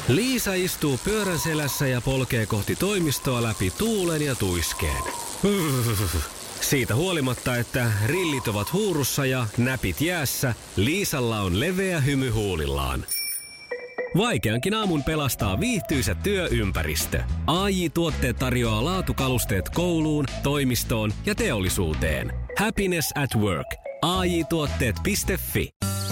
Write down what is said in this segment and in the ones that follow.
Liisa istuu pyörän selässä ja polkee kohti toimistoa läpi tuulen ja tuiskeen. Siitä huolimatta, että rillit ovat huurussa ja näpit jäässä, Liisalla on leveä hymy huulillaan. Vaikeankin aamun pelastaa viihtyisä työympäristö. AJ-tuotteet tarjoaa laatukalusteet kouluun, toimistoon ja teollisuuteen. Happiness at work. AJ-tuotteet.fi.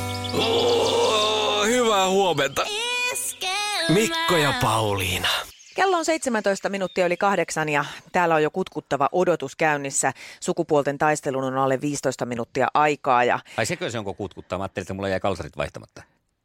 Hyvää huomenta. Mikko ja Pauliina. Kello on 17 minuuttia yli 8 ja täällä on jo kutkuttava odotus käynnissä. Sukupuolten taistelun on alle 15 minuuttia aikaa. Ai sekö se onko kutkuttaa? Mä ajattelin, että mulla jäi kalsarit vaihtamatta.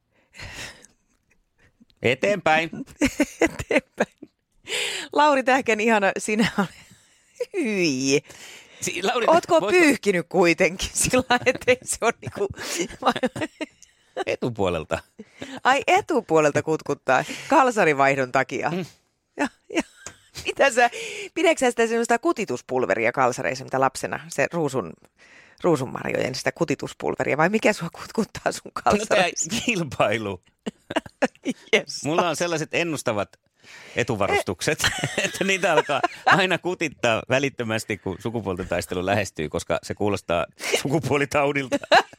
Eteenpäin. Eteenpäin. Lauri Tähkän ihana, sinä olet. Hyi. Ootko pyyhkinyt kuitenkin sillä, ettei se ole niinku... Etupuolelta. Ai etupuolelta kutkuttaa kalsarivaihdon takia. Ja, pidätkö sä sitä semmoista kutituspulveria kalsareissa, mitä lapsena, se ruusunmarjojen sitä kutituspulveria, vai mikä sua kutkuttaa sun kalsareissa? No tämä kilpailu. Yes. Mulla on sellaiset ennustavat etuvarustukset, että niitä alkaa aina kutittaa välittömästi, kun sukupuolten taistelu lähestyy, koska se kuulostaa sukupuolitaudilta.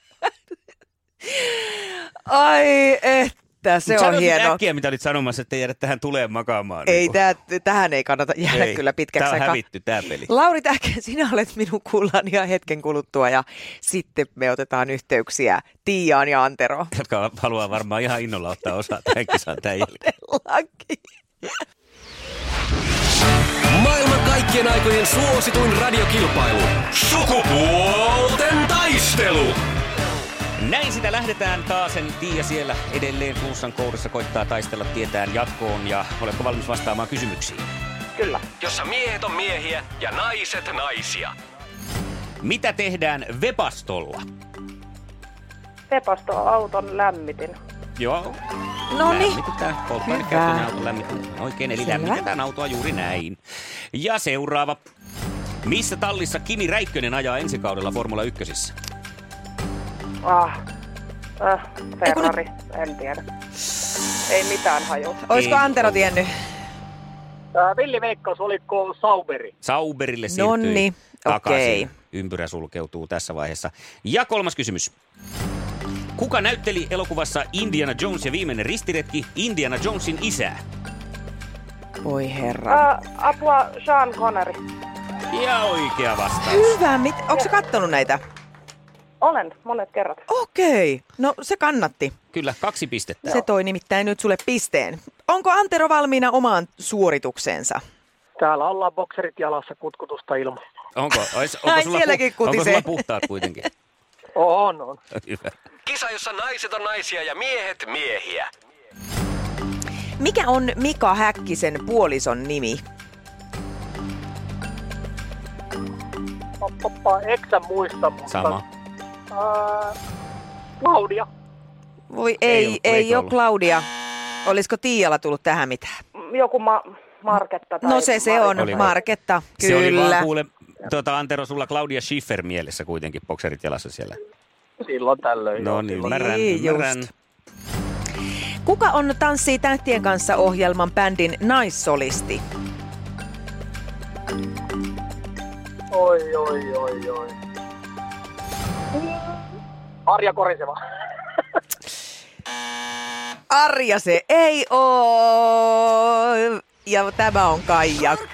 Ai että, se on hieno. Äkkiä, mitä olit sanomassa, että jäädä tähän tuleen makaamaan. Ei, tähän ei kannata jäädä kyllä pitkäksi aikaa. Tämä on hävitty, tämä peli. Lauri Tähkä, sinä olet minun kuullani ja hetken kuluttua ja sitten me otetaan yhteyksiä Tiiaan ja Anteroon. Jotka haluaa varmaan ihan innolla ottaa osaa tähän kisaan tämän jälkeen. Maailman kaikkien aikojen suosituin radiokilpailu. Sukupuolten taistelu. Näin sitä lähdetään taasen. Tiia siellä edelleen flussan kourissa koittaa taistella tietään jatkoon. Ja oletko valmis vastaamaan kysymyksiin? Kyllä. Jossa miehet on miehiä ja naiset naisia. Mitä tehdään Webastolla? Webasto on auton lämmitin. Joo. No niin. Lämmitetään. Polttoainekäyttöinen auton lämmitin. Oikein, eli lämmitetään autoa juuri näin. Ja seuraava. Missä tallissa Kimi Räikkönen ajaa ensi kaudella Formula 1? Ferrari, en tiedä. Ei mitään haju. Olisiko Antero tiennyt? Villiveikkaus, oliko Sauberi? Sauberille siirtyi Nonni, takaisin. Okay. Ympyrä sulkeutuu tässä vaiheessa. Ja kolmas kysymys. Kuka näytteli elokuvassa Indiana Jones ja viimeinen ristiretki Indiana Jonesin isää? Voi herra. Apua, Sean Connery. Ja oikea vastaus. Hyvä. Onko sä kattonut näitä? Olen, monet kerrat. Okei. No se kannatti. Kyllä, 2 pistettä. Se toi nimittäin nyt sulle pisteen. Onko Antero valmiina omaan suoritukseensa? Täällä ollaan bokserit jalassa kutkutusta ilman. Onko sielläkin kutisee. Onko sulla puhtaat kuitenkin? On. Hyvä. Kisa, jossa naiset on naisia ja miehet miehiä. Mikä on Mika Häkkisen puolison nimi? Eksä muista, mutta... Sama. Claudia. Voi ei ole Claudia. Olisiko Tiialla tullut tähän mitään? Joku Marketta tai... No se on Oliko? Marketta, kyllä. Se oli vaan kuule, Antero, sulla Claudia Schiffer mielessä kuitenkin bokserit jalassa siellä. Silloin tällöin. No niin, ymmärrän. Just. Kuka on Tanssii tähtien kanssa -ohjelman bändin naissolisti? Oi. Arja Koriseva. Arja se ei oo. Ja tämä on Kaija K.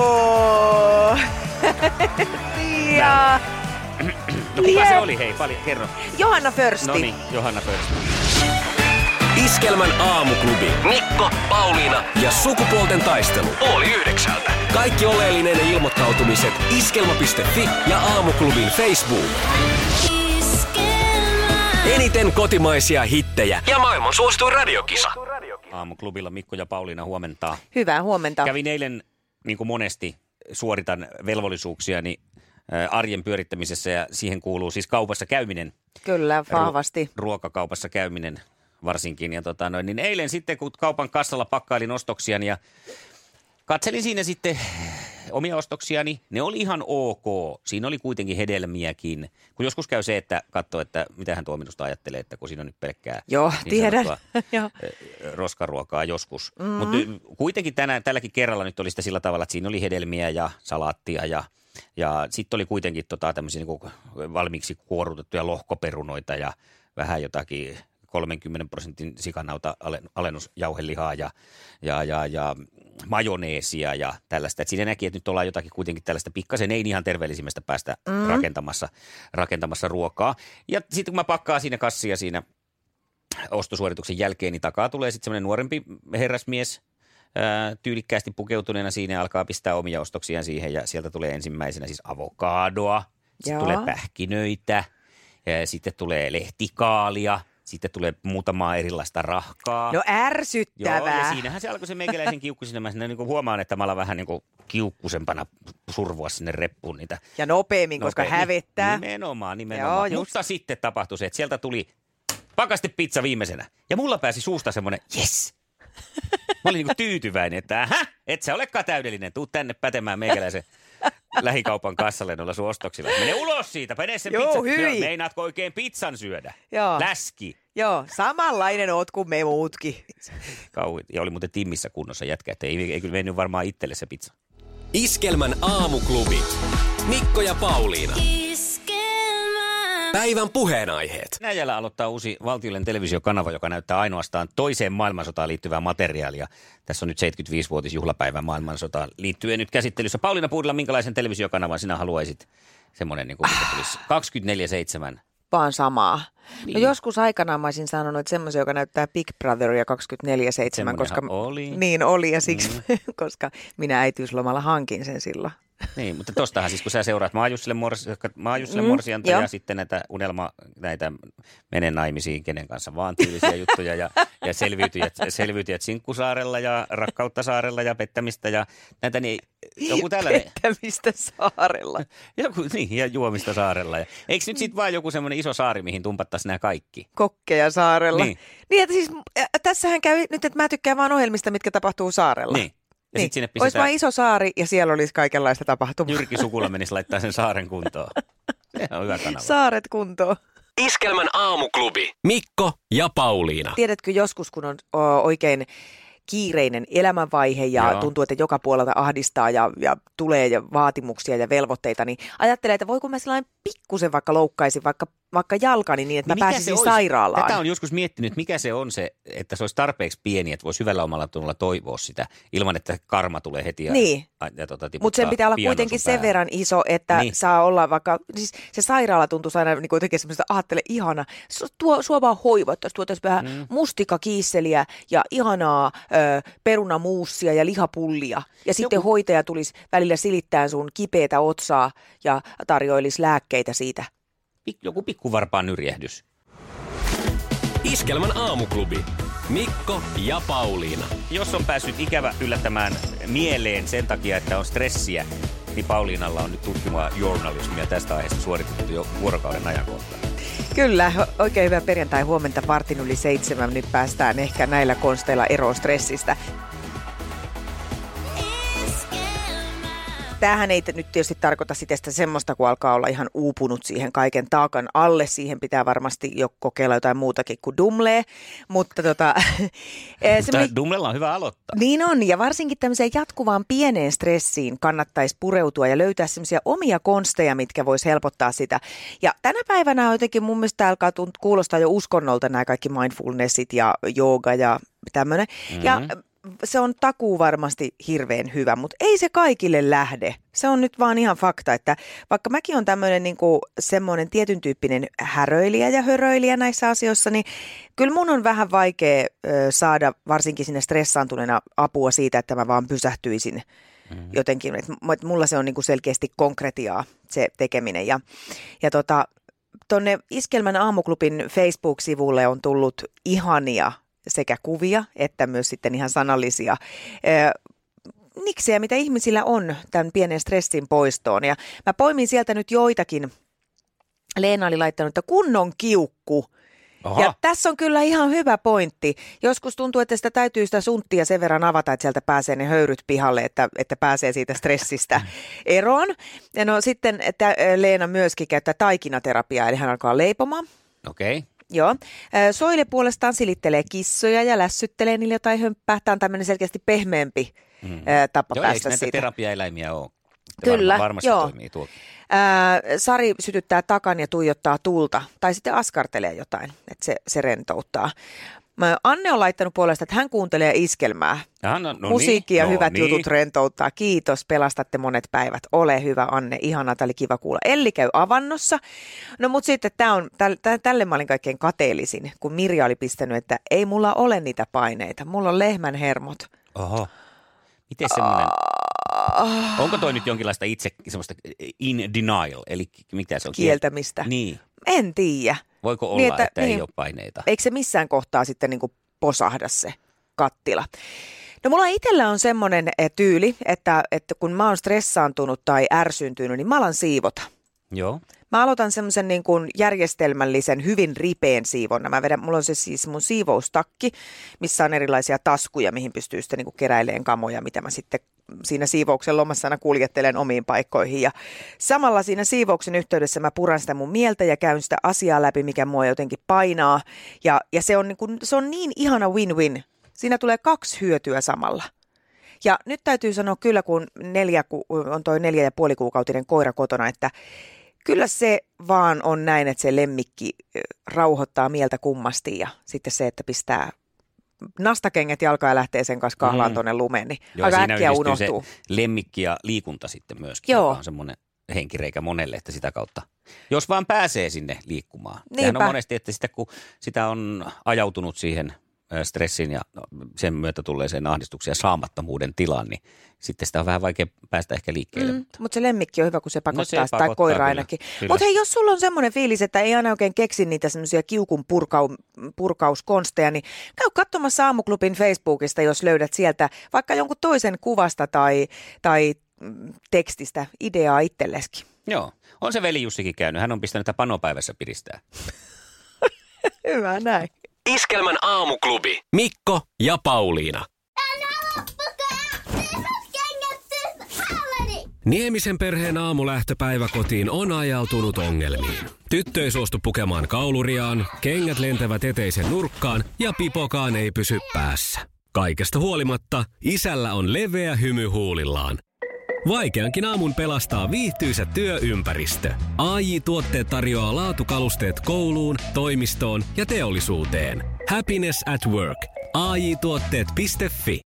Ja... No kuka se oli, hei, kerro. Johanna Försti. No niin, Johanna Försti. Iskelmän aamuklubi. Mikko, Pauliina ja sukupuolten taistelu. 8:30. Kaikki oleellinen ilmoittautumiset iskelma.fi ja aamuklubin Facebook. Eniten kotimaisia hittejä ja maailman suosituin radiokisa. Aamuklubilla Mikko ja Pauliina, huomenta. Hyvää huomenta. Kävin eilen, niin kuin monesti suoritan velvollisuuksiani arjen pyörittämisessä, ja siihen kuuluu siis kaupassa käyminen. Kyllä, vahvasti. Ruokakaupassa käyminen varsinkin. Ja niin eilen sitten, kun kaupan kassalla pakkailin ostoksiani ja katselin siinä sitten omia ostoksiani. Ne oli ihan ok. Siinä oli kuitenkin hedelmiäkin. Kun joskus käy se, että katsoo, että mitähän tuo minusta ajattelee, että kun siinä on nyt pelkkää tiedän. Roskaruokaa joskus. Mutta kuitenkin tälläkin kerralla nyt oli sitä sillä tavalla, että siinä oli hedelmiä ja salaattia ja sitten oli kuitenkin tämmöisiä niinku valmiiksi kuorutettuja lohkoperunoita ja vähän jotakin 30% sikanauta alennusjauhelihaa ja majoneesia ja tällaista. Et siinä näki, että nyt ollaan jotakin kuitenkin tällaista pikkasen ei ihan terveellisimmästä päästä rakentamassa ruokaa. Ja sitten kun mä pakkaan siinä kassia siinä ostosuorituksen jälkeen, niin takaa tulee sitten semmoinen nuorempi herrasmies tyylikkäästi pukeutuneena siinä ja alkaa pistää omia ostoksiaan siihen ja sieltä tulee ensimmäisenä siis avokadoa, sitten tulee pähkinöitä, sitten tulee lehtikaalia. Sitten tulee muutamaa erilaista rahkaa. No ärsyttävää. Joo, ja siinähän se alkoi se meikäläisen kiukku sinne. Mä niin huomaan, että mä alan vähän niin kuin kiukkusempana survua sinne reppuun niitä. Ja nopeammin, koska hävettää. Nimenomaan. Mutta sitten tapahtui se, että sieltä tuli pakastepizza viimeisenä. Ja mulla pääsi suusta semmoinen, yes. Mä olin niin kuin tyytyväinen, että et sä olekaan täydellinen. Tuu tänne pätemään meikäläisen lähikaupan kassalle noilla sun ostoksilla. Mene ulos siitä, mene sen pizzan. Meinaatko oikein pizzan syödä? Joo. Läski. Joo, samanlainen oot kuin me muutkin. Kauhean. Ja oli muuten timmissä kunnossa jätkä, että ei kyllä mennyt varmaan itselle se pizza. Iskelmän aamuklubi. Mikko ja Pauliina. Päivän puheenaiheet. Venäjällä aloittaa uusi valtiollinen televisiokanava, joka näyttää ainoastaan toiseen maailmansotaan liittyvää materiaalia. Tässä on nyt 75-vuotisjuhlapäivän maailmansotaan liittyen nyt käsittelyssä. Pauliina Puudila, minkälaisen televisiokanavan sinä haluaisit? Semmoinen, niin kuin tulisi 24/7. Vaan samaa. Niin. No joskus aikanaan mä olisin sanonut, että semmoisen, joka näyttää Big Brotheria 24/7, koska oli. Niin oli ja siksi, koska minä äitiyslomalla hankin sen silloin. Niin, mutta tostahan siis kun sä seuraat Maajussille morsianta ja sitten näitä mene naimisiin kenen kanssa vaan tyylisiä juttuja ja selviytyjät Sinkkusaarella ja Rakkautta saarella ja Pettämistä ja näitä niin joku tällainen. Pettämistä saarella. Ja juomista saarella. Ja, eikö nyt sitten vaan joku semmoinen iso saari, mihin tumpattaisiin nämä kaikki? Kokkeja saarella. Niin, että siis tässähän käy nyt, että mä tykkään vaan ohjelmista, mitkä tapahtuu saarella. Niin. Ja niin. Sinne olisi vain iso saari ja siellä olisi kaikenlaista tapahtumaa. Jyrki Sukula menisi laittaa sen saaren kuntoon. Se on hyvä kanava. Saaret kuntoon. Iskelmän aamuklubi. Mikko ja Pauliina. Tiedätkö joskus, kun on oikein kiireinen elämänvaihe ja tuntuu, että joka puolelta ahdistaa ja tulee ja vaatimuksia ja velvoitteita, niin ajattelee, että voiko mä sellainen pikkusen vaikka loukkaisin vaikka jalkani niin, että mä pääsisin sairaalaan. Tätä on joskus miettinyt, mikä se on se, että se olisi tarpeeksi pieni, että voisi hyvällä omalla tunnolla toivoa sitä, ilman että karma tulee heti ja mutta sen pitää olla kuitenkin sen verran iso, että saa olla vaikka, siis se sairaala tuntuu aina niin jotenkin semmoista, ajattele ihana, sua vaan hoivattaisiin, tuotaisiin vähän mustikakiisseliä ja ihanaa perunamuussia ja lihapullia. Ja sitten hoitaja tulisi välillä silittää sun kipeätä otsaa ja tarjoilisi lääkkeitä siitä. Joku pikkuvarpaan nyrjähdys. Iskelmän aamuklubi. Mikko ja Pauliina. Jos on päässyt ikävä yllättämään mieleen sen takia, että on stressiä, niin Pauliinalla on nyt tutkimaa journalismia tästä aiheesta suoritettu jo vuorokauden ajankohtaa. Kyllä, oikein hyvää perjantai huomenta 6:45. Nyt päästään ehkä näillä konsteilla eroon stressistä. Tämähän ei nyt tietysti tarkoita sitä semmoista, kun alkaa olla ihan uupunut siihen kaiken taakan alle. Siihen pitää varmasti jo kokeilla jotain muutakin kuin dumlee. Mutta dumlella on hyvä aloittaa. Niin on, ja varsinkin tämmöiseen jatkuvaan pieneen stressiin kannattaisi pureutua ja löytää semmoisia omia konsteja, mitkä vois helpottaa sitä. Ja tänä päivänä on jotenkin mun mielestä alkaa kuulostaa jo uskonnolta nämä kaikki mindfulnessit ja jooga ja tämmöinen. Ja se on takuu varmasti hirveän hyvä, mutta ei se kaikille lähde. Se on nyt vaan ihan fakta, että vaikka mäkin on tämmöinen niinku semmoinen tietyn tyyppinen häröilijä ja höröilijä näissä asioissa, niin kyllä mun on vähän vaikea saada varsinkin sinne stressaantuneena apua siitä, että mä vaan pysähtyisin jotenkin. Että mulla se on niinku selkeästi konkretiaa se tekeminen. Ja tonne Iskelmän aamuklubin Facebook-sivulle on tullut ihania sekä kuvia että myös sitten ihan sanallisia niksejä, mitä ihmisillä on tämän pienen stressin poistoon. Ja mä poimin sieltä nyt joitakin. Leena oli laittanut, että kunnon kiukku. Aha. Ja tässä on kyllä ihan hyvä pointti. Joskus tuntuu, että sitä täytyy sitä sunttia sen verran avata, että sieltä pääsee ne höyryt pihalle, että pääsee siitä stressistä eroon. Ja no sitten että Leena myöskin käyttää taikinaterapiaa, eli hän alkaa leipomaan. Okei. Okay. Joo. Soile puolestaan silittelee kissoja ja lässyttelee niille jotain hömppää. Tämä on tämmöinen selkeästi pehmeämpi tapa Joo, päästä eikö siitä. näitä terapiaeläimiä ole? Kyllä, varmasti joo. toimii tuo. Sari sytyttää takan ja tuijottaa tulta, tai sitten askartelee jotain, että se rentouttaa. Anne on laittanut puolesta, että hän kuuntelee iskelmää. Musiikki ja hyvät jutut rentouttaa. Kiitos, pelastatte monet päivät. Ole hyvä, Anne. Ihanaa, tämä oli kiva kuulla. Elli käy avannossa. No mutta sitten tälle mä olin kaikkein kateellisin, kun Mirja oli pistänyt, että ei mulla ole niitä paineita. Mulla on lehmän hermot. Oho. Miten semmoinen? Onko toi nyt jonkinlaista itse semmoista in denial, eli mitä se on? Kieltämistä. Niin. En tiedä. Voiko olla, että ei ole paineita? Eikö se missään kohtaa sitten niin kuin posahda se kattila? No mulla itsellä on semmoinen tyyli, että kun mä oon stressaantunut tai ärsyntynyt, niin mä alan siivota. Joo. Mä aloitan semmoisen niin kuin järjestelmällisen, hyvin ripeän siivon. Mulla on se siis mun siivoustakki, missä on erilaisia taskuja, mihin pystyy sitten niin kuin keräilemään kamoja, mitä mä sitten siinä siivouksen lomassa aina kuljettelen omiin paikkoihin. Ja samalla siinä siivouksen yhteydessä mä puran sitä mun mieltä ja käyn sitä asiaa läpi, mikä mua jotenkin painaa. Ja se on niin ihana win-win. Siinä tulee 2 hyötyä samalla. Ja nyt täytyy sanoa kyllä, kun on toi 4,5-kuukautinen koira kotona, että kyllä se vaan on näin, että se lemmikki rauhoittaa mieltä kummasti ja sitten se, että pistää nastakengät jalkaan ja lähtee sen kanssa kahlaan tuonne lumeen, niin joo, aika äkkiä unohtuu. Se lemmikki ja liikunta sitten myöskin, joka on semmoinen henkireikä monelle, että sitä kautta, jos vaan pääsee sinne liikkumaan. Sehän on monesti, että sitä, kun sitä on ajautunut siihen stressin ja sen myötä tulleeseen ahdistukseen ja saamattomuuden tilaan, niin sitten sitä on vähän vaikea päästä ehkä liikkeelle. Mutta se lemmikki on hyvä, kun se pakottaa sitä, tai koira ainakin. Mutta hei, jos sulla on semmoinen fiilis, että ei aina oikein keksi niitä semmoisia kiukun purkauskonsteja, niin käy katsomassa Aamuklubin Facebookista, jos löydät sieltä vaikka jonkun toisen kuvasta tai tekstistä ideaa itselleskin. Joo, on se veli Jussikin käynyt. Hän on pistänyt tätä panopäivässä piristää. Hyvä näin. Iskelmän Aamuklubi. Mikko ja Pauliina. Niemisen perheen aamulähtöpäivä kotiin on ajautunut ongelmiin. Tyttö ei suostu pukemaan kauluriaan, kengät lentävät eteisen nurkkaan ja pipokaan ei pysy päässä. Kaikesta huolimatta isällä on leveä hymy huulillaan. Vaikeankin aamun pelastaa viihtyisä työympäristö. AJ-tuotteet tarjoaa laatukalusteet kouluun, toimistoon ja teollisuuteen. Happiness at work. AJ-tuotteet.fi